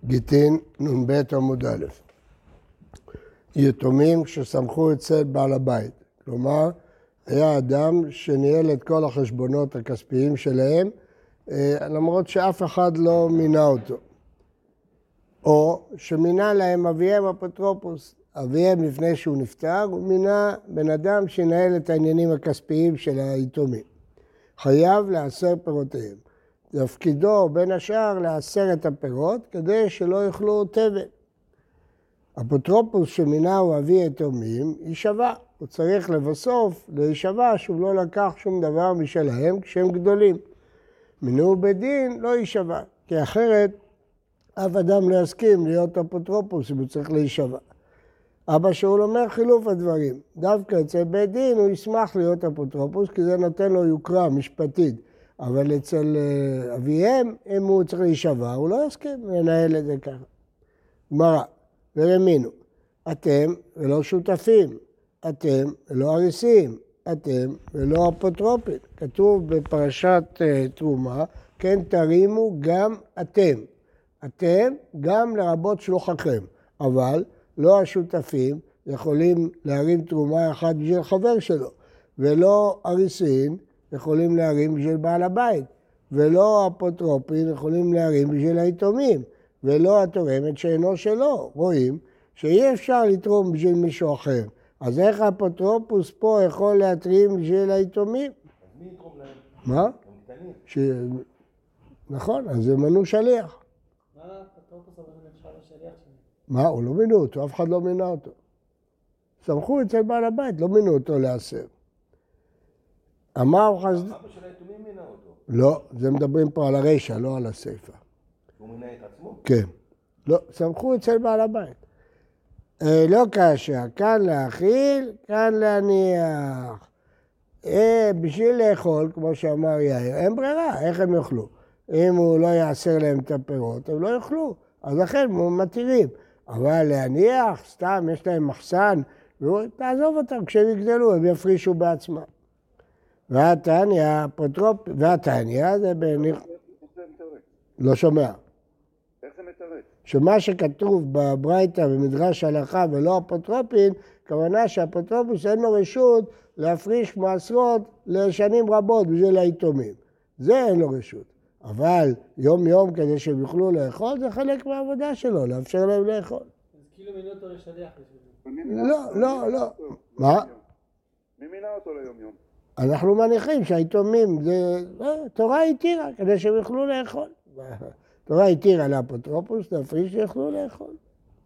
גיטין נ"ב עמוד א'. יתומים שסמכו אצל בעל הבית, כלומר היה אדם שניהל את כל החשבונות הכספיים שלהם למרות שאף אחד לא מינה אותו, או שמינה להם אביהם אפוטרופוס. אביהם לפני שהוא נפטר הוא מינה בן אדם שינהל את העניינים הכספיים של היתומים, חייב לעשר פירותיהם. תפקידו בין השאר לעשר את הפירות כדי שלא יאכלו תבן. אפוטרופוס שמינה הוא אבי יתומים יישבע, הוא צריך לבסוף להישבע שהוא לא לקח שום דבר משלהם כשהם גדולים. מינו בדין לא יישבע, כי אחרת אף אדם לא יסכים להיות אפוטרופוס אם הוא צריך להישבע. אבא שאול אומר חילוף הדברים, דווקא אצל בית דין הוא ישמח להיות אפוטרופוס כי זה נותן לו יוקרה משפטית, אבל אצל אביהם אם הוא צריך להישבע הוא לא יסכים לנהל את זה ככה. גמרא, ורמינו, אתם ולא שותפים, אתם ולא אריסים, אתם ולא אפוטרופים. כתוב בפרשת תרומה, כן תרימו גם אתם. אתם גם לרבות שלוחכם, אבל לא השותפים יכולים להרים תרומה אחת בשביל חבר שלו, ולא אריסין יכולים להרים בשביל בעל הבית, ולא אפוטרופין יכולים להרים בשביל היתומים, ולא התורמת שאינו שלו. רואים שאי אפשר לתרום בשביל מישהו אחר. אז איך האפוטרופוס פה יכול להתרים בשביל היתומים? אז מי יתרום להם? מה? הם קטנים. נכון, אז הם מנו שליח. מה האפוטרופוס אבל נחשב לשליח שלי? מה? הוא לא מינו אותו, אף אחד לא מינה אותו. סמכו אצל בעל הבית, לא מינו אותו לעשר. אמר חסד... אבא של היתומים מינה אותו. לא, זה מדברים פה על הרשע, לא על הסיפא. הוא מינה את עצמו? כן. לא, סמכו אצל בעל הבית. לא כאשר, כאן להאכיל, כאן להניח. בשביל לאכול, כמו שאמר יאיר, אין ברירה, איך הם יאכלו? אם הוא לא יעשר להם את הפירות, הם לא יאכלו. אז לכן הם מתירים. אבל להניח, סתם, יש להם מחסן, תעזוב אותם, כשהם יגדלו, הם יפרישו בעצמם. והתניא, והתניא זה בניח... לא שומע. איך זה מתרץ? שמה שכתוב בברייתא במדרש הלכה ולא אפוטרופין, כוונה שהאפוטרופוס אין לו רשות להפריש מעשרות לשנים רבות בשביל היתומים. זה אין לו רשות. אבל יום יום כדי שהם יוכלו לאכול, זה חלק מהעבודה שלו, לאפשר להם לאכול. אז כאילו מינו אותו לשליח בשביל זה. לא. מה? מי מינה אותו ליום יום? אנחנו מניחים שהיתומים, תורה התירה כדי שהם יוכלו לאכול. תורה התירה לאפוטרופוס, להפריש שיוכלו לאכול.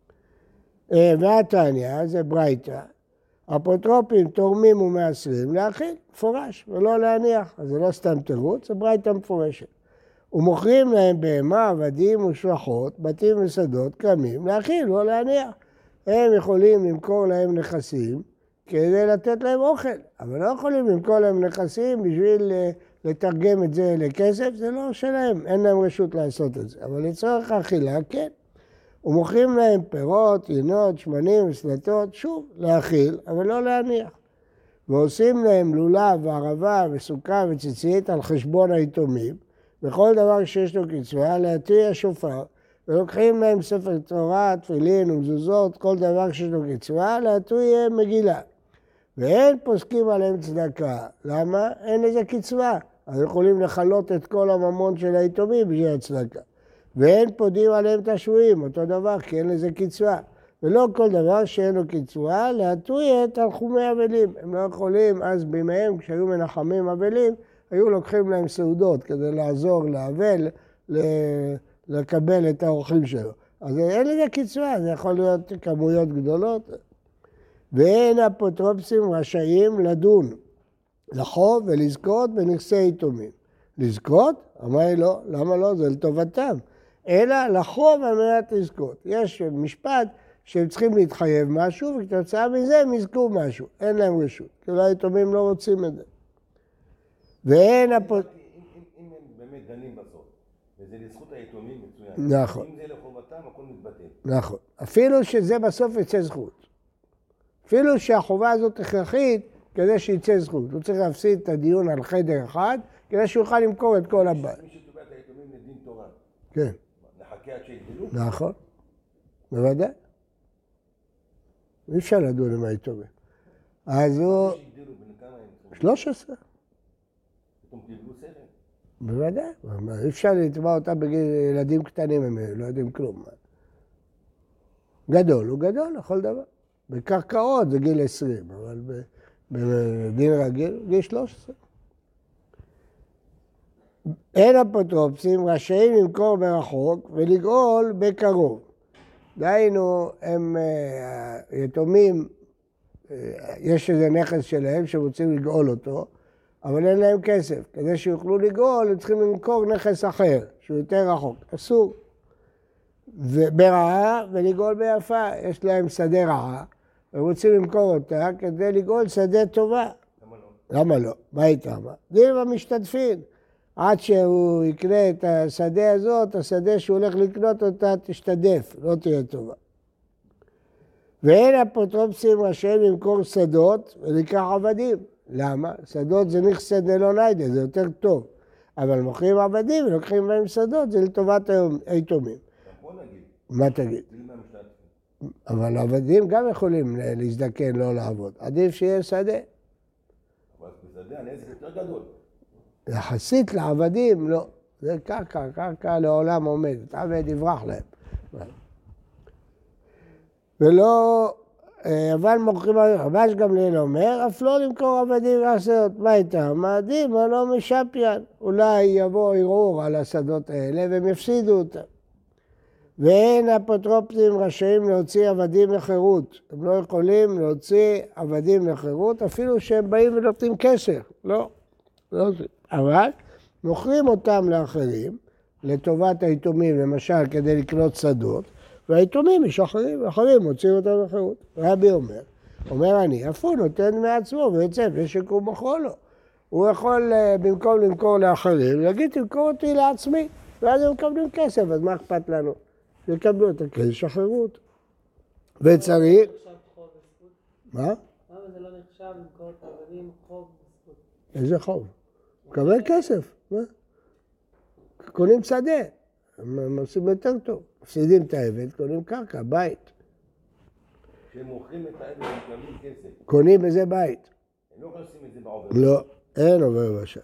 והתניא, זה ברייתא, אפוטרופים תורמים ומעשרים להאכיל, מפורש, ולא להניח. אז זה לא סתם תירוץ, זה ברייתא מפורשת. ומוכרים להם בהמה, עבדים ושפחות, בתים ושדות, כרמים, להאכיל, לא להניח. הם יכולים למכור להם נכסים כדי לתת להם אוכל, אבל לא יכולים למכור להם נכסים בשביל לתרגם את זה לכסף, זה לא שלהם, אין להם רשות לעשות את זה. אבל לצורך האכילה, כן. ומוכרים להם פירות, ינות, שמנים וסלטות, שוב, להאכיל, אבל לא להניח. ועושים להם לולב וערבה וסוכה וציצית על חשבון היתומים, וכל דבר שיש לו קצבה, להטוי השופר, ולוקחים להם ספר תורה, תפילין ומזוזות, כל דבר שיש לו קצבה, להטוי מגילה. ואין פוסקים עליהם צדקה. למה? אין לזה קצבה. אז יכולים לחלות את כל הממון של היתומים בשביל הצדקה. ואין פודים עליהם את השבויים, אותו דבר, כי אין לזה קצבה. ולא כל דבר שאין לו קצבה, להטוי את תנחומי אבלים. הם לא יכולים, אז בימיהם, כשהיו מנחמים אבלים, היו לוקחים להם סעודות כדי לעזור לאבל, לקבל את האורחים שלו. אז אין לזה קצבה, זה יכול להיות כמויות גדולות. ואין אפוטרופוסים רשאים לדון, לחוב ולזכות בנכסי יתומים. לזכות? אמר לי לא, למה לא? זה לטובתם. אלא לחוב על מנת לזכות. יש משפט שהם צריכים להתחייב משהו, וכתוצאה מזה הם יזכו משהו. אין להם רשות, כי אולי היתומים לא רוצים את זה. ואין אם הם באמת דנים בסוף, וזה לזכות היתומים מצוין. נכון. אם זה לחובתם, הכל מתבטל. נכון. אפילו שזה בסוף יצא זכות. אפילו שהחובה הזאת הכרחית כדי שיצא זכות. הוא צריך להפסיד את הדיון על חדר אחד, כדי שהוא יוכל למכור את כל הבית. מי שתובע את היתומים לדין תורה. כן. נחכה מחכה עד שיגדלו? נכון, בוודאי. אי אפשר לדון עם היתומים. אז הוא... שיגדלו, בן כמה הם? 13. פתאום קיבלו שכל? בוודאי. אי אפשר לתבוע אותם בגיל ילדים קטנים, הם לא יודעים כלום. גדול הוא גדול לכל דבר. בקרקעות זה גיל 20, אבל בדין רגיל גיל 13. אין אפוטרופוסים רשאים למכור ברחוק ולגאול בקרוב. דהיינו, הם יתומים, יש איזה נכס שלהם שרוצים לגאול אותו, אבל אין להם כסף. כדי שיוכלו לגאול, הם צריכים למכור נכס אחר, שהוא יותר רחוק. אסור. ברעה ולגאול ביפה. יש להם שדה רעה, הם רוצים למכור אותה כדי לגאול שדה טובה. למה לא? למה לא? מה איתם? דין במשתתפים. עד שהוא יקנה את השדה הזאת, השדה שהוא הולך לקנות אותה תשתדף, לא תהיה טובה. ואין אפוטרופוסים רשאים למכור שדות ולקח עבדים. למה? שדות זה נכסי דלא ניידה, זה יותר טוב. אבל מוכרים עבדים ולוקחים בהם שדות, זה לטובת היתומים. בוא נגיד. מה תגיד? דין מהמשתתפים. אבל עבדים גם יכולים להזדקן, לא לעבוד. עדיף שיהיה שדה. אבל בשדה הנזק יותר גדול. יחסית לעבדים, לא. זה קרקע, קרקע לעולם עומדת. עבד יברח להם. ולא, אבל מוכרים, רבש גמליאל אומר, אף לא למכור עבדים ועשיות. מה איתם? מעדים, אבל לא משפיין. אולי יבוא ערעור על השדות האלה והם יפסידו אותם. ואין אפוטרופוסים רשאים להוציא עבדים לחירות. הם לא יכולים להוציא עבדים לחירות, אפילו שהם באים ונותנים כסף. לא. לא זה. אבל מוכרים אותם לאחרים, לטובת היתומים, למשל, כדי לקנות שדות, והיתומים משחררים, אחרים מוציאים אותם לחירות. רבי אומר אני, אף הוא נותן מעצמו ויוצא ושקום בחולו. הוא יכול, במקום למכור לאחרים, להגיד, תמכור אותי לעצמי, ואז הם מקבלים כסף, אז מה אכפת לנו? יקבלו את הכסף, שחררו אותו. וצריך... מה? למה זה לא נחשב למכור את העבדים חוב בזכות? איזה חוב? מקבל כסף, מה? קונים שדה, הם עושים יותר טוב. מפסידים את העבד, קונים קרקע, בית. כשהם מוכרים את העבד, הם מקבלים כסף. קונים בזה בית. הם לא עושים את זה בעובר. לא, אין עובר ושב.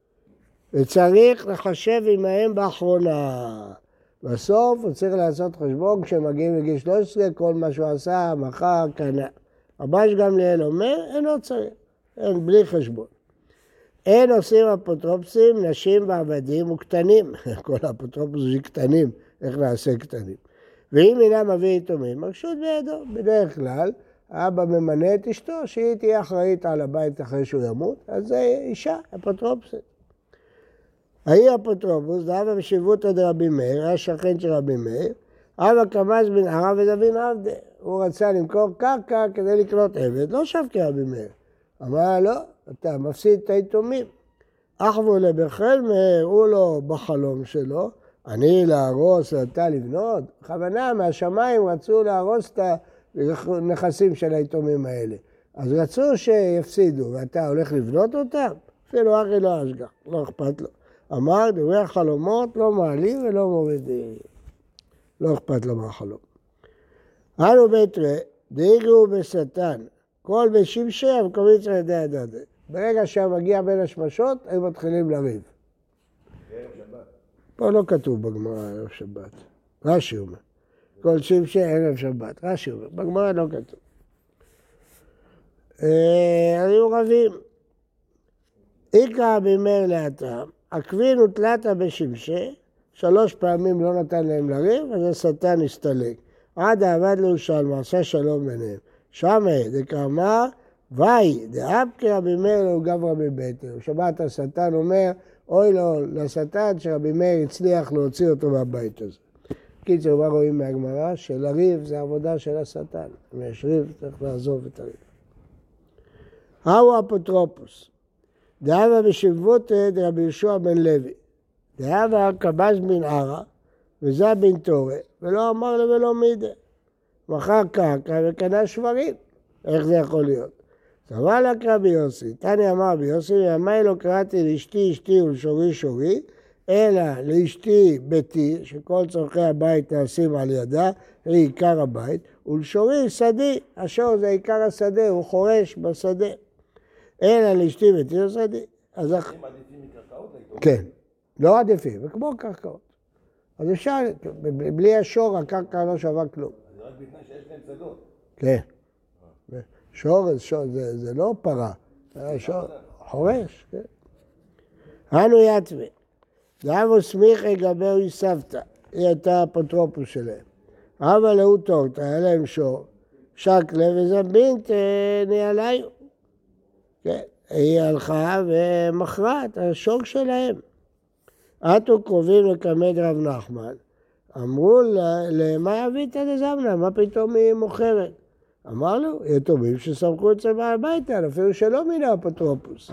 וצריך לחשב עמהם באחרונה. בסוף הוא צריך לעשות חשבון כשמגיעים לגיל 13, כל מה שהוא עשה, מחר, קנה. רבש גמליאל אומר, אינו צריך, אין, בלי חשבון. אין עושים אפוטרופוסים, נשים ועבדים וקטנים. כל האפוטרופוסים זה קטנים, איך נעשה קטנים. ואם אינם מביא יתומים, מרשות בידו. בדרך כלל, האבא ממנה את אשתו, שהיא תהיה אחראית על הבית אחרי שהוא ימות, אז זה אישה, אפוטרופוסית. ההיא אפוטרופוס, דאבא בשיבותא דרבי מאיר, היה שכן של רבי מאיר, אבא קמץ בן ערב ודבין עבדה. הוא רצה למכור קרקע כדי לקנות עבד, לא שב כרבי מאיר. אמר לא, אתה מפסיד את היתומים. אחבו לבחל מהראו לו בחלום שלו, אני להרוס ואתה לבנות. בכוונה מהשמיים רצו להרוס את הנכסים של היתומים האלה. אז רצו שיפסידו, ואתה הולך לבנות אותם? אפילו אחי לא אשגח, לא אכפת לו. אמר, דברי החלומות לא מעלים ולא מורידים. לא אכפת לו מהחלום. אנו ביתרי, דאיגרו בשטן, כל בשמשי המקומית על ידי הדדה. ברגע שמגיע בין השמשות, הם מתחילים לריב. ערב שבת. פה לא כתוב בגמרא ערב שבת. רש"י אומר. כל שמשי ערב שבת. רש"י אומר. בגמרא לא כתוב. היו רבים. איקרא בימר לאטם, עקבין ותלתה בשמשי, 3 פעמים לא נתן להם לריב, אז השטן הסתלק. עד העבד לירושלם, עשה שלום ביניהם. שמי דקאמר, ואי, דאבקי רבי מאיר הוא גב רבי ביתר. בשבת השטן אומר, אוי לו לשטן שרבי מאיר הצליח להוציא אותו מהבית הזה. קיצר, מה רואים מהגמרא? שלריב זה עבודה של השטן. אם יש ריב, צריך לעזוב את הריב. הוא אפוטרופוס. דאבה בשבותא דרבי יהושע בן לוי. דאבה כבש בן ערה, וזה בן תורה, ולא אמר לו ולא מידה. מכר קרקע וקנה שברים. איך זה יכול להיות? סבל רק רבי יוסי. תני אמר רבי יוסי, וימי לא קראתי לאשתי אשתי ולשורי שורי, אלא לאשתי ביתי, שכל צורכי הבית נעשים על ידה, היא עיקר הבית, ולשורי שדי, השור זה עיקר השדה, הוא חורש בשדה. אלא לאשתי ביתי זה שדי. אז הם עדיפים מקרקעות ליתומים? כן, לא עדיפים, זה כמו קרקעות. אז אפשר, בלי השור הקרקע לא שווה כלום. זה רק בתנאי שיש להם שדות. כן. שור זה לא פרה, זה שור חורש. כן. אנו יתווה. דאבו סמיכי גבי סבתא, היא הייתה אפוטרופוס שלהם. אבל להוא תורתא, היה להם שור, שקלה וזמבינט ניהליו. כן, היא הלכה ומכרה את השור שלהם. עטו קרובים לקמד רב נחמן, אמרו למה יבית דזמנה, מה פתאום היא מוכרת? אמר לו, יתומים שסמכו אצל בעל הביתה, אפילו שלא מן האפוטרופוס.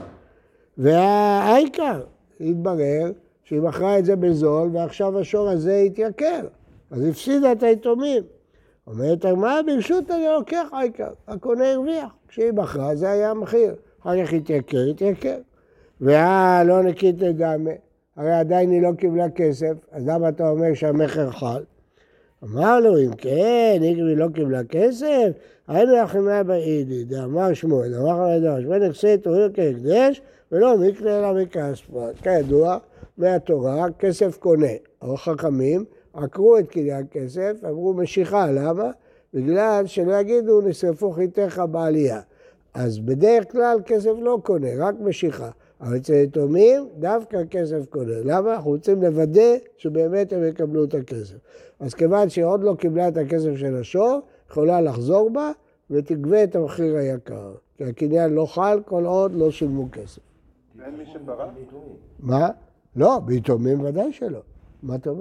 והעיקר, התברר שהיא מכרה את זה בזול, ועכשיו השור הזה התייקר, אז הפסידה את היתומים. אומרת, מה ברשות אני לוקח העיקר, הקונה הרוויח. כשהיא מכרה, זה היה המחיר. אחר כך התייקר. לא נקית לגמרי, הרי עדיין היא לא קיבלה כסף, אז למה אתה אומר שהמחר חל? אמר לו, אם כן, היא לא קיבלה כסף, היינו יחמיה באידי, דאמר שמואל, אמר חמדש, ונכסה תוריד כהקדש, ולא מקנה אלא מכספא. כידוע, מהתורה, כסף קונה. החכמים עקרו את קניין כסף, אמרו משיכה, למה? בגלל שלא יגידו, נשרפו חיתך בעלייה. אז בדרך כלל כסף לא קונה, רק משיכה. אבל אצל יתומים דווקא כסף קונה. למה? אנחנו רוצים לוודא שבאמת הם יקבלו את הכסף. אז כיוון שעוד לא קיבלה את הכסף של השור, יכולה לחזור בה ותגבה את המחיר היקר. כי הקניין לא חל כל עוד לא שילמו כסף. ואין מי שברא? מה? לא, ביתומים ודאי שלא. מה אתה אומר?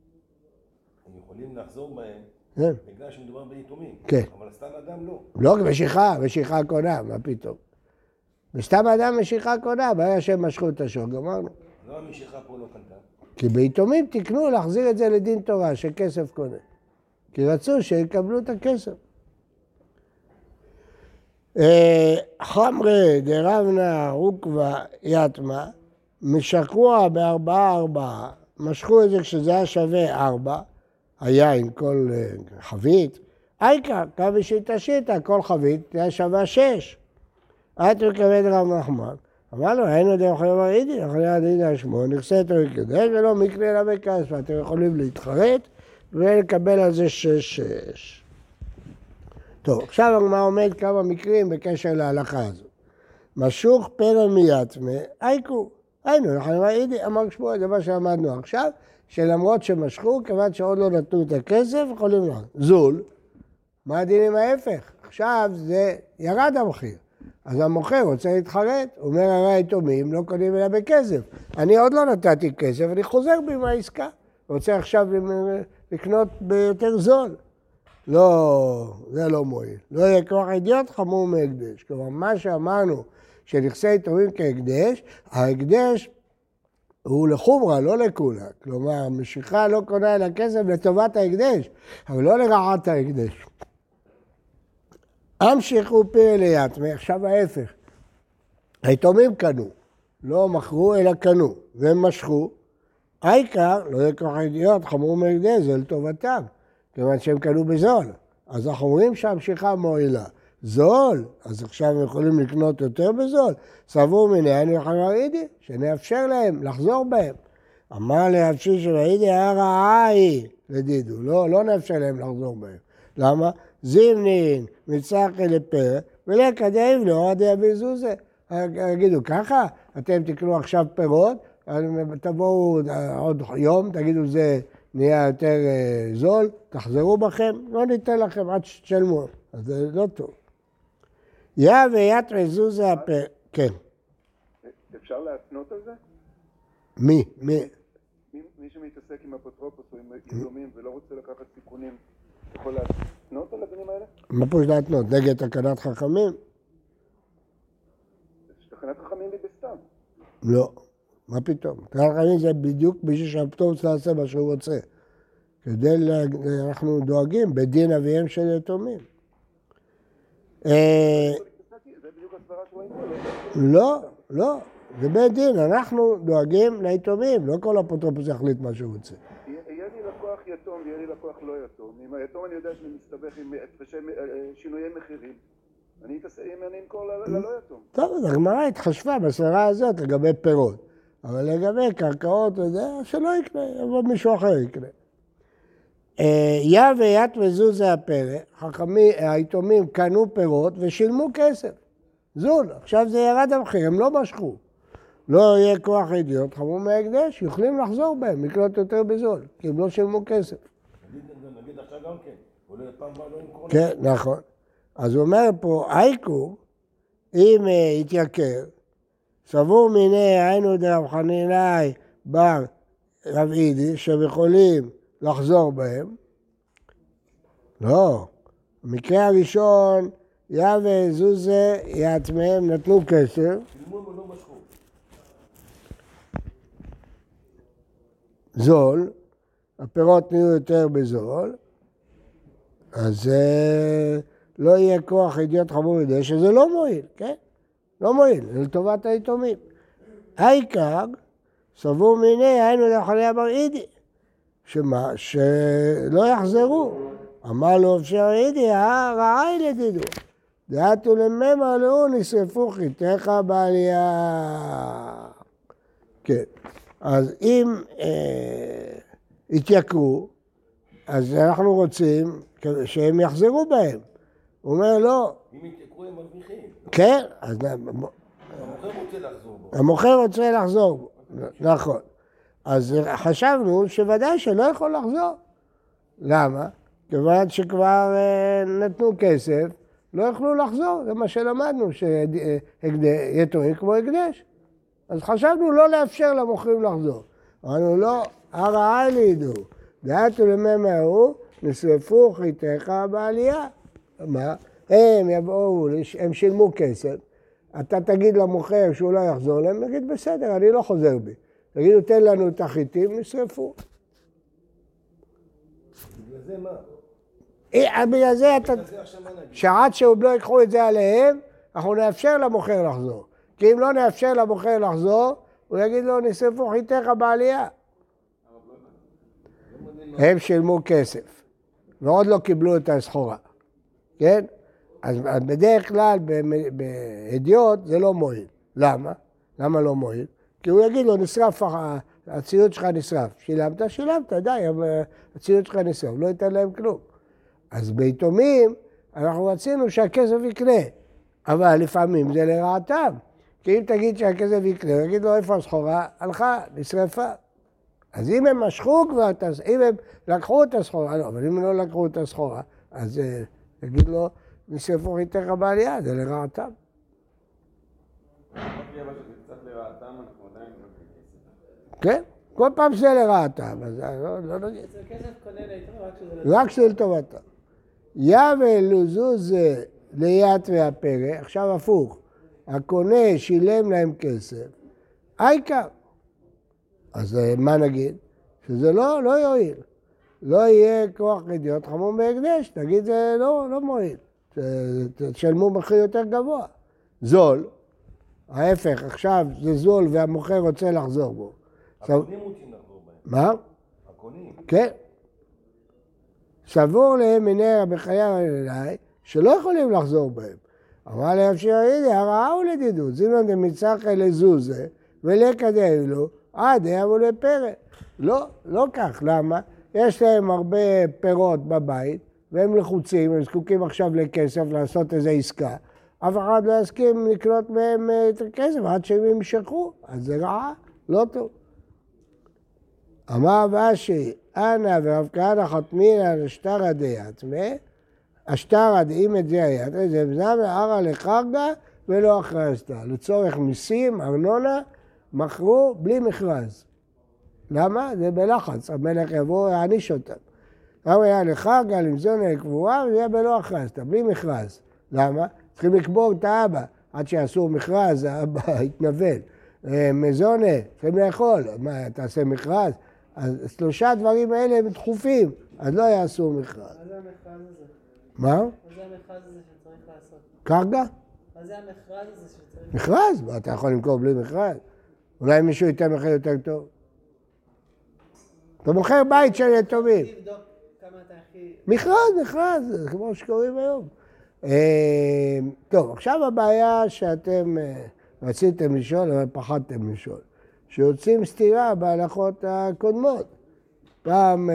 הם יכולים לחזור בהם כן. בגלל שמדובר ביתומים. כן. אבל סתם אדם לא. לא, משיכה קונה, מה פתאום? וסתם אדם משיכה קונה, ברגע שהם משכו את השור, גמרנו. לא המשיכה פה לא קנתה. כי ביתומים תקנו להחזיר את זה לדין תורה, שכסף קונה. כי רצו שיקבלו את הכסף. חמרי דרבנה רוקבה יתמה, משקוע ב4-4, משכו את זה כשזה היה שווה 4, היין כל חבית, העיקר, כמה שיטה, כל חבית היה שווה 6. עד מקבל רב נחמן, אמר לו, היינו אתם יכולים לומר אידי, יכולים להגיד לשמו, נכסה את הרקדש ולא מקנה לה בכסף, אתם יכולים להתחרט ולקבל על זה 6. טוב, עכשיו הגמרא עומד כמה מקרים בקשר להלכה הזו. משוך פרא מיתמה, אייקו, היינו, יכולים לומר אידי, אמר שמו, זה מה שעמדנו עכשיו, שלמרות שמשכו, כיוון שעוד לא נתנו את הכסף, יכולים לומר, זול, מה הדין עם ההפך? עכשיו זה ירד המחיר. אז המוכר רוצה להתחרט, הוא אומר, הרי היתומים לא קונים אלא בכסף. אני עוד לא נתתי כסף, אני חוזר בי מהעסקה. רוצה עכשיו לקנות ביותר זול. לא, זה לא מועיל. לא יהיה כוח אידיוט חמור מהקדש. כלומר, מה שאמרנו שנכסי יתומים כהקדש, ההקדש הוא לחומרה, לא לכולה. כלומר, המשיכה לא קונה אלא כסף לטובת ההקדש, אבל לא לרעת ההקדש. המשיכו פרא ליתמה, עכשיו ההפך. היתומים קנו, לא מכרו אלא קנו, והם משכו. העיקר, לא יהיה כוח אידיוט חמור מהקדש, זה לטובתם, כיוון שהם קנו בזול. אז אנחנו אומרים שהמשיכה מועילה. זול, אז עכשיו הם יכולים לקנות יותר בזול. סבור מניין וחבר אידי, שנאפשר להם לחזור בהם. אמר להפשיל של האידי, הרעה היא לדידו, לא נאפשר להם לחזור בהם. למה? זימנין מצחי לפרא, ולקדם לו עד יביזו זה. יגידו ככה, אתם תקנו עכשיו פירות, תבואו עוד יום, תגידו זה נהיה יותר זול, תחזרו בכם, לא ניתן לכם עד שתשלמו. אז זה לא טוב. יא ויתרי זוזה הפרא, כן. אפשר להתנות על זה? מי? מי שמתעסק עם אפוטרופוס או עם יתומים ולא רוצה לקחת סיכונים, יכול להתנות על הדברים האלה? מה פה יש להתנות? נגד תקנת חכמים? תקנת חכמים היא בסתם. לא, מה פתאום? תקנת חכמים זה בדיוק בשביל שהאפוטרופוס יעשה מה שהוא רוצה. אנחנו דואגים בדין אביהם של יתומים. זה בדיוק הסברה שרואים פה. לא, זה בית דין, אנחנו דואגים ליתומים, לא כל אפוטרופוס יחליט מה שהוא רוצה. יהיה לי לקוח יתום ויהיה לי לקוח לא יתום. עם היתום אני יודע שאני מסתבך עם שינויי מחירים. אני אמכור ללא יתום. טוב, אז הגמרא התחשבה בסברה הזאת לגבי פירות. אבל לגבי קרקעות, שלא יקנה, אבל מישהו אחר יקנה. יה וית וזוז זה הפרא, היתומים קנו פירות ושילמו כסף. זול, עכשיו זה ירד המחיר, הם לא משכו. לא יהיה כוח ידיעות, חמור מההקדש, יכולים לחזור בהם, לקנות יותר בזול, כי הם לא שילמו כסף. נגיד עכשיו גם כן, אולי פעם באה לא ימכור. כן, נכון. אז הוא אומר פה, אייקו, אם יתייקר, סבור מיני היינו דרב חנינאי בר רב אידי, שהם יכולים לחזור בהם. לא, במקרה הראשון, יה וזוזה יעצמם נתנו כסף. שילמו ולא משכו. זול, הפירות נהיו יותר בזול, אז לא יהיה כוח ידיעות חמור ידי, שזה לא מועיל, כן? לא מועיל, זה לטובת היתומים. העיקר, סבור מיני, היינו לחניה בר אידי, שמה? שלא יחזרו. אמר לו אפשר אידי, רעי לדידו. דעתו לממה לאו נשרפו חיתך בעלייה. כן, אז אם יתייקרו, אז אנחנו רוצים שהם יחזרו בהם. הוא אומר לא. אם יתייקרו הם מרוויחים. כן, אז המוכר רוצה לחזור בו. המוכר רוצה לחזור בו, נכון. אז חשבנו שוודאי שלא יכול לחזור. למה? כיוון שכבר נתנו כסף, לא יכלו לחזור, זה מה שלמדנו, שיתומים כמו הקדש. אז חשבנו לא לאפשר למוכרים לחזור. אמרנו לא, הרעה לידו, דעתו לממה הוא, נשרפו חיתך בעלייה. מה? הם יבואו, הם שילמו כסף, אתה תגיד למוכר שהוא לא יחזור להם, נגיד בסדר, אני לא חוזר בי. תגידו, תן לנו את החיטים, נשרפו. בגלל זה מה? בגלל זה אתה... שעד שהם לא ייקחו את זה עליהם, אנחנו נאפשר למוכר לחזור. כי אם לא נאפשר למוכר לחזור, הוא יגיד לו, נשרפו חיתך בעלייה. הם שילמו כסף, ועוד לא קיבלו את הסחורה. כן? אז בדרך כלל בהדיוט זה לא מועיל. למה? למה לא מועיל? כי הוא יגיד לו, נשרף, הציוד שלך נשרף. שילמת? שילמת, די, הציוד שלך נשרף, לא ייתן להם כלום. אז ביתומים אנחנו רצינו שהכסף יקנה, אבל לפעמים זה לרעתם. כי אם תגיד שהכסף יקנה, הוא יגיד לו, איפה הסחורה? הלכה, נשרפה. אז אם הם משכו כבר, אם הם לקחו את הסחורה, לא, אבל אם הם לא לקחו את הסחורה, אז יגיד לו, נשרפו חיתך בעלייה, זה לרעתם. כן, כל פעם זה לרעתם, אז לא נגיד. זה כסף קונה ליתום, רק שזה לטובתם. יבל לוזוז ליאת והפרא, עכשיו הפוך, הקונה שילם להם כסף, העיקר. אז מה נגיד? שזה לא יועיל. לא יהיה כוח ידיעות חמור בהקדש, תגיד זה לא מועיל. תשלמו מחיר יותר גבוה. זול, ההפך, עכשיו זה זול והמוכר רוצה לחזור בו. הקונים רוצים לחזור בהם. מה? הקונים. כן. סבור להם מיני רבי חיה אליי, שלא יכולים לחזור בהם. אמר להם שירידי, הרעה ולדידות, זימון דמצחי לזוזה, ולקדם לו, עד יבוא לפרא. לא כך, למה? יש להם הרבה פירות בבית, והם לחוצים, הם זקוקים עכשיו לכסף לעשות איזו עסקה. אף אחד לא יסכים לקנות מהם את הכסף עד שהם ימשכו, אז זה רעה, לא טוב. אמר ואשי, אנא ורב כהנא חותמין על השטרא דיעתמא, השטרא דאם את זה היד, זה בזמן וערא לחרגה ולא הכרזתא. לצורך מיסים, ארנונה, מכרו בלי מכרז. למה? זה בלחץ, המלך יבוא להעניש אותם. למה היה לחרגה, למזון לקבורה, וזה יהיה בלא הכרזתא, בלי מכרז. למה? צריכים לקבור את האבא, עד שיעשו מכרז, האבא יתנבל. מזונה, צריכים לאכול, מה, תעשה מכרז? אז 3 דברים האלה הם דחופים, אז לא יעשו מכרז. מה זה המכרז הזה? מה? מה זה המכרז הזה שצריך לעשות? קרגה? מה זה המכרז הזה שצריך? מכרז? מה, אתה יכול למכור בלי מכרז? אולי מישהו ייתן מחיר יותר טוב? אתה מוכר בית של יתומים. תבדוק כמה אתה הכי... מכרז, כמו שקוראים היום. טוב, עכשיו הבעיה שאתם רציתם לשאול, אבל פחדתם לשאול. שיוצאים סתירה בהלכות הקודמות. פעם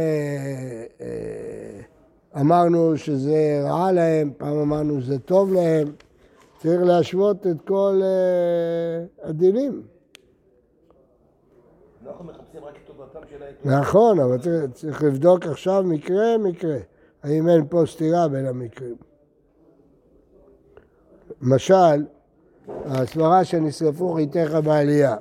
אמרנו שזה רע להם, פעם אמרנו שזה טוב להם. צריך להשוות את כל הדינים. אנחנו מחפשים רק את טובתם של היתומים. נכון, אבל צריך לבדוק עכשיו מקרה. האם אין פה סתירה בין המקרים. למשל, הסברה שנשרפו חיתיך בעלייה.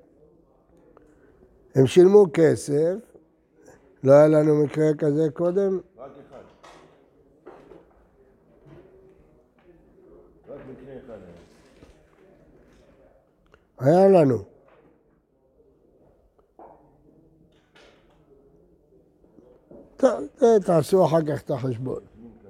הם שילמו כסף, לא היה לנו מקרה כזה קודם. רק אחד. רק מקרה אחד. היה לנו. תעשו אחר כך את החשבון.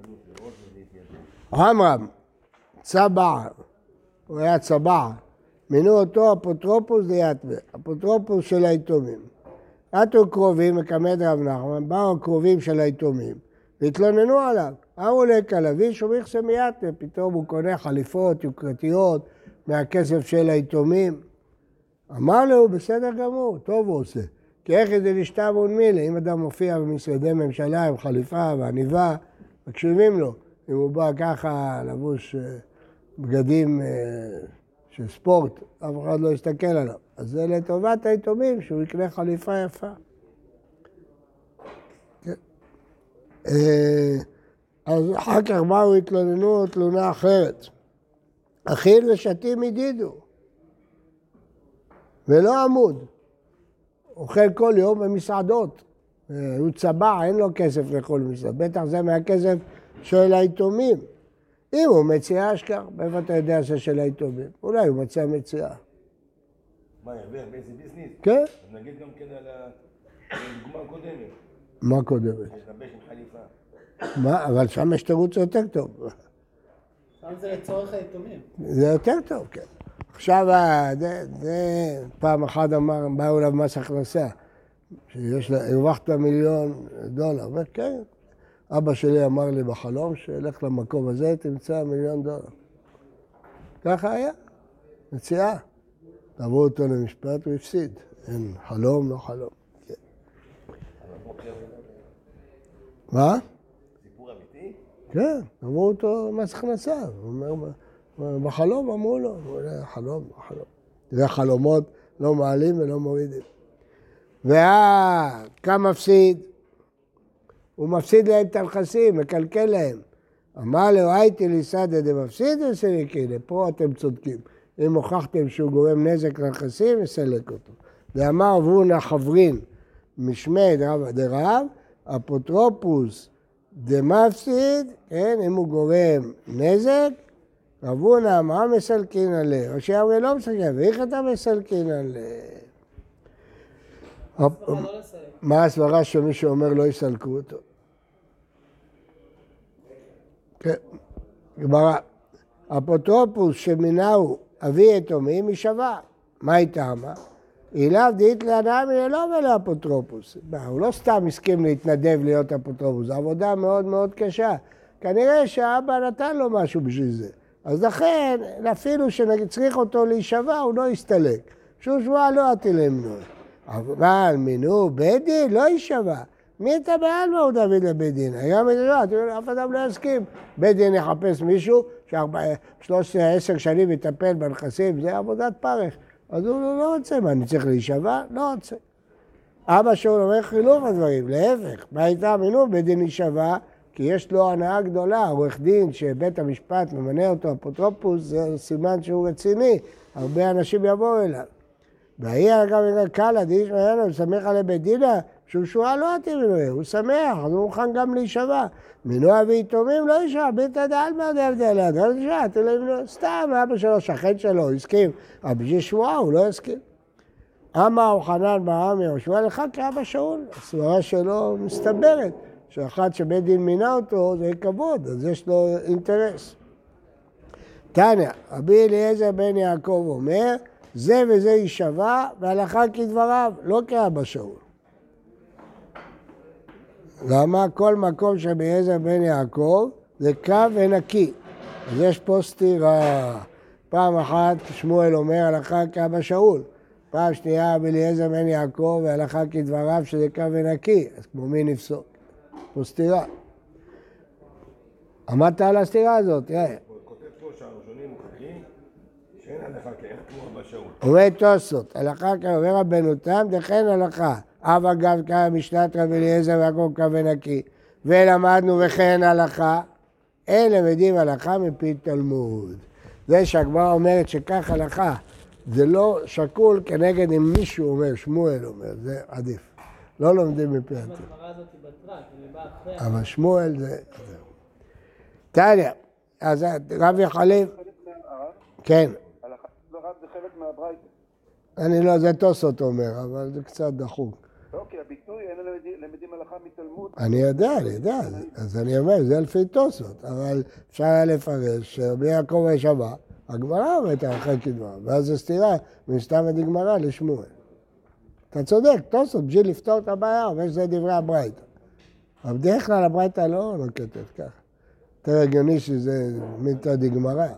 עמרם, צבע, הוא היה צבע, מינו אותו אפוטרופוס דיאטווה, אפוטרופוס של היתומים. עטו קרובים, מקמד רב נחמן, באו הקרובים של היתומים, והתלוננו עליו. אמרו לקלבי שומיך סמייטווה, פתאום הוא קונה חליפות יוקרתיות מהכסף של היתומים. אמר לו, בסדר גמור, טוב הוא עושה. כי איך זה לשתה מונמילה, אם אדם מופיע במשרדי ממשלה עם חליפה ועניבה, מקשיבים לו. אם הוא בא ככה לבוש בגדים של ספורט, אף אחד לא יסתכל עליו. אז זה לטובת היתומים, שהוא יקנה חליפה יפה. אז אחר כך באו התלוננו תלונה אחרת. אכיל ושתים הדידו, ולא עמוד. אוכל כל יום במסעדות. הוא צבע, אין לו כסף לאכול במסעדות. בטח זה מהכסף של היתומים. אם הוא מציע אשכח, מאיפה אתה יודע שזה של היתומים? אולי הוא מציע מציאה. מה, ירוויח באיזה ביזנס? כן? אז נגיד גם כן על הדוגמה הקודמת. מה קודמת? להתלבש עם חליפה. מה? אבל שם יש תירוץ יותר טוב. שם זה לצורך היתומים. זה יותר טוב, כן. עכשיו, זה פעם אחת אמר, באו אליו מס הכנסה, שיש לה, הרווחת $1,000,000. אומר, כן. אבא שלי אמר לי בחלום, שילך למקום הזה, תמצא $1,000,000. ככה היה, מציאה. תעבור אותו למשפט, הוא הפסיד. אין חלום, לא חלום. כן. מה? סיפור אמיתי? כן, אמרו אותו מס הכנסה. הוא אומר, בחלום אמרו לו, הוא אומר, חלום. זה חלומות לא מעלים ולא מורידים. כמה מפסיד? הוא מפסיד להם את הנכסים, מקלקל להם. אמר לו, הייתי ליסדה דמפסיד וסלקינה, פה אתם צודקים. אם הוכחתם שהוא גורם נזק לנכסים, יסלק אותו. ואמר וונה חברין משמי דרב, אפוטרופוס דמפסיד, כן, אם הוא גורם נזק, רבונה אמרה מסלקין עליה, או שאמרי לא מסלקין, ואיך אתה מסלקין עליה? מה הסברה שמי שאומר לא יסלקו אותו? כן, גמרא. אפוטרופוס שמינהו אבי יתומים היא שווה. מה היא טעמה? אליו דאית להנאה מלא ולאפוטרופוס. הוא לא סתם הסכים להתנדב להיות אפוטרופוס, זו עבודה מאוד מאוד קשה. כנראה שהאבא נתן לו משהו בשביל זה. אז לכן, אפילו שצריך אותו להישבע, הוא לא יסתלק. שהוא שבועה לא עתילים לו. אבל מינו, בית דין לא יישבע. מי אתה בעלמא הוא דוד לבית דין? היה מדבר, אף אדם לא יסכים. בית דין יחפש מישהו, 13-10 שנים יטפל בנכסים, זה עבודת פרך. אז הוא לא רוצה, מה, אני צריך להישבע? לא רוצה. אבא שהוא אומר חילוף הדברים, להפך. מה הייתה מינו? בית דין יישבע, כי יש לו הנאה גדולה, עורך דין שבית המשפט ממנה אותו אפוטרופוס, זה סימן שהוא רציני, הרבה אנשים יבואו אליו. והיא גם קלה, דיש מעיינו, הוא שמח עלי בית דינה, שהוא שועה לא עתים מינויה, הוא שמח, אז הוא מוכן גם להישבע. מינויה ויתומים לא יישבע, ביתא דעלמא דאבדלה, לא יישבע, סתם, אבא שלו, שכן שלו, הסכים, אבל בשביל שבועה הוא לא הסכים. אמה או חנן בעמי, או שבועה לך כאבא שאול, הסברה שלו מסתברת, שאחד שבית דין מינה אותו זה כבוד, אז יש לו אינטרס. תניא, רבי אליעזר בן יעקב אומר, זה וזה יישבע והלכה כדבריו, לא כאבא שאול. למה? כל מקום שרבי אליעזר בן יעקב זה קו ונקי. אז יש פה סתירה. פעם אחת שמואל אומר הלכה כאבא שאול. פעם שנייה רבי אליעזר בן יעקב והלכה כדבריו שזה קו ונקי. אז כמו מי נפסוק? פה סתירה. עמדת על הסתירה הזאת, תראה. כותב פה שהראשונים מוכחים שאין הלכה כמו אבא שאול. אומר תוספות, הלכה כאומר רבנו תם, דכן הלכה. אב אגב קרא משנת רבי אליעזר ויעקב קו ונקי. ולמדנו וכן הלכה. אין למדים הלכה מפי תלמוד. זה שהגמרא אומרת שכך הלכה, זה לא שקול כנגד אם מישהו אומר, שמואל אומר, זה עדיף. לא לומדים מפי התלמוד. הגמרא הזאת היא בתרת, היא באה אחרי. אבל שמואל זה... תניא, אז רב יחליף... חלק מהרב, כן. הלכה כדבריו זה חלק מהברייתא. אני לא, זה תוספות אומר, אבל זה קצת דחוק. לא, כי הביטוי אין למדים הלכה מתלמוד. אני יודע, אז אני אומר, זה לפי תוספות, אבל אפשר היה לפרש שרבי יעקב הישבע, הגמרא אומרת הלכה כדבריו, ואז זה סתירה מסתם הגמרא לשמואל. אתה צודק, תוספות, בשביל לפתור את הבעיה, אומר שזה דברי הברייתא. אבל בדרך כלל הברייתא לא כתב ככה. יותר הגיוני שזה מיתא דגמרא.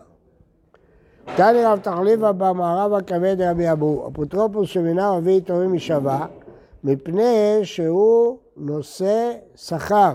תני רב תחליפה במערב הכבד רבי אבו, אפוטרופוס שמינה אבי יתומים משווה, מפני שהוא נושא שכר.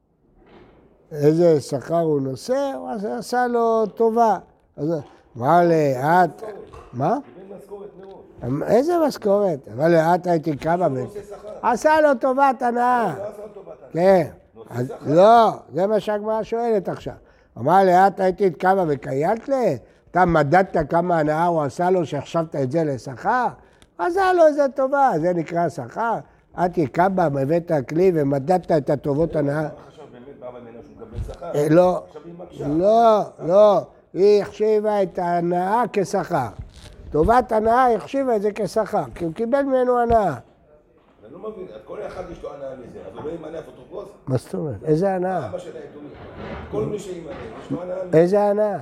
איזה שכר הוא נושא? הוא עשה לו טובה. אז אמר לאט... מה? קיבל משכורת מראש. איזה משכורת? אמר לאט הייתי כמה... עשה לו טובת הנאה. לא עשה לו טובת הנאה. כן. לא, זה מה שהגמרא שואלת עכשיו. אמר לאט הייתי כמה וקיית לה? אתה מדדת כמה הנאה הוא עשה לו שהחשבת את זה לשכר? עשה לו איזה טובה, זה נקרא שכר? את יקבע, הבאת כלי ומדדת את הטובות הנאה. עכשיו באמת בא ממנו שהוא מקבל שכר. לא, עכשיו היא מקשה. לא, היא החשיבה את ההנאה כשכר. טובת הנאה היא החשיבה את זה כשכר, כי הוא קיבל ממנו הנאה. אני לא מבין, כל אחד יש לו הנאה מזה, אז הוא לא ימנה אפוטרופוס? מה זאת אומרת? איזה הנאה? אבא של היתומים. כל מי שימנה, יש לו הנאה מזה. איזה הנאה?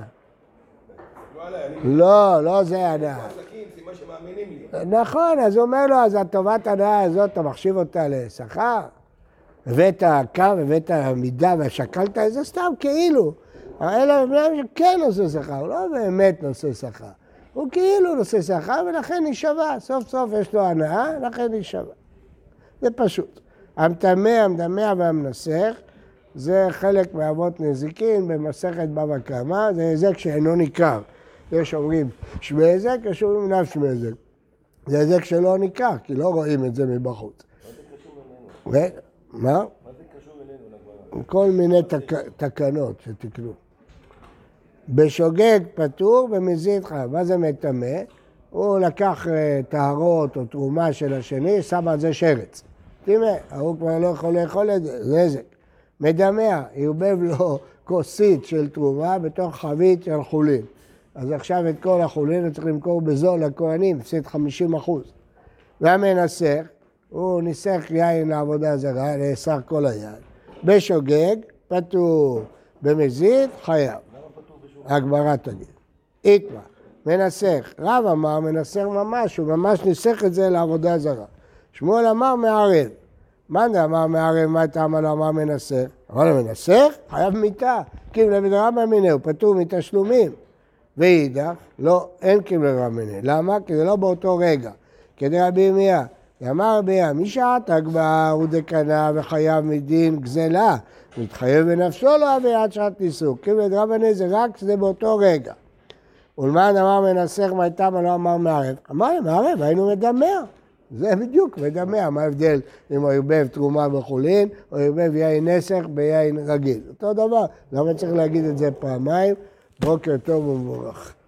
לא עליי, אני... לא זה הנאה. עסקים, זה מה שמאמינים לי. נכון, אז הוא אומר לו, אז הטובת הנאה הזאת, אתה מחשיב אותה לשכר? הבאת קו, הבאת מידה ושקלת את זה סתם כאילו. אלא בני שכן נושא שכר, הוא לא באמת נושא שכר. הוא כאילו נושא שכר ולכן נשבע. סוף סוף יש לו הנאה, לכן נשבע. זה פשוט. המטמא והמנסח, זה חלק מאבות נזיקין במסכת בבא קמא, זה היזק שאינו ניכר. יש אומרים שמי היזק, יש אומרים לאו שמי היזק. זה היזק שלא ניכר, כי לא רואים את זה מבחוץ. מה זה קשור אלינו? מה? מה זה קשור אלינו לגמרא? כל מיני תקנות שתקנו. בשוגג פטור במזיד חייב. מה זה מטמא? הוא לקח טהרות או תרומה של השני, שם על זה שרץ. תראה, הוא כבר לא יכול לאכול את זה, זה נזק. מדמע, ירבב לו כוסית של תרומה בתוך חבית של חולין. אז עכשיו את כל החולין הוא צריך למכור בזול לכהנים, הפסיד 50%. והמנסח, הוא ניסח יין לעבודה זרה, נאסר כל היין. בשוגג, פטור. במזיד, חייב. הגמרא תגיד. איתמה, מנסח. רב אמר, מנסח ממש, הוא ממש ניסח את זה לעבודה זרה. שמואל אמר מערב. מאן אמר מערב, מה טעמה לא אמר מנסח? אמר לו מנסח? חייב מיתה. קיבל רבא מיניה, הוא פטור מתשלומים. ואידך, לא, אין קיבל רבא מיניה. למה? כי זה לא באותו רגע. כדי רבי ירמיה. אמר רבי ירמיה, מי שעתק בה הוא דקנה וחייב מדין גזלה. מתחייב בנפשו לא אבי עד שעת ניסוק. קיבל רבא מיניה זה רק זה באותו רגע. ולמאן אמר מנסח מה טעמה לא אמר מערב? אמר מערב, היינו מדמע. זה בדיוק, מדמע, מה ההבדל אם הוא ירבב תרומה בחולין, או ירבב יין נסך ביין רגיל. אותו דבר, למה צריך להגיד את זה פעמיים? בוקר טוב ומבורך.